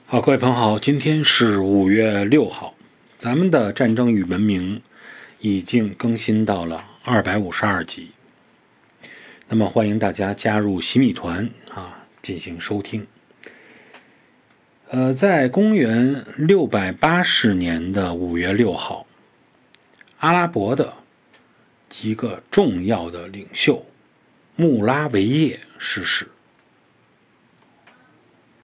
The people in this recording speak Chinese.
好，各位朋友好，今天是5月6号，咱们的战争与文明已经更新到了252集。那么欢迎大家加入洗米团进行收听。在公元680年的5月6号，阿拉伯的一个重要的领袖穆拉维叶逝世。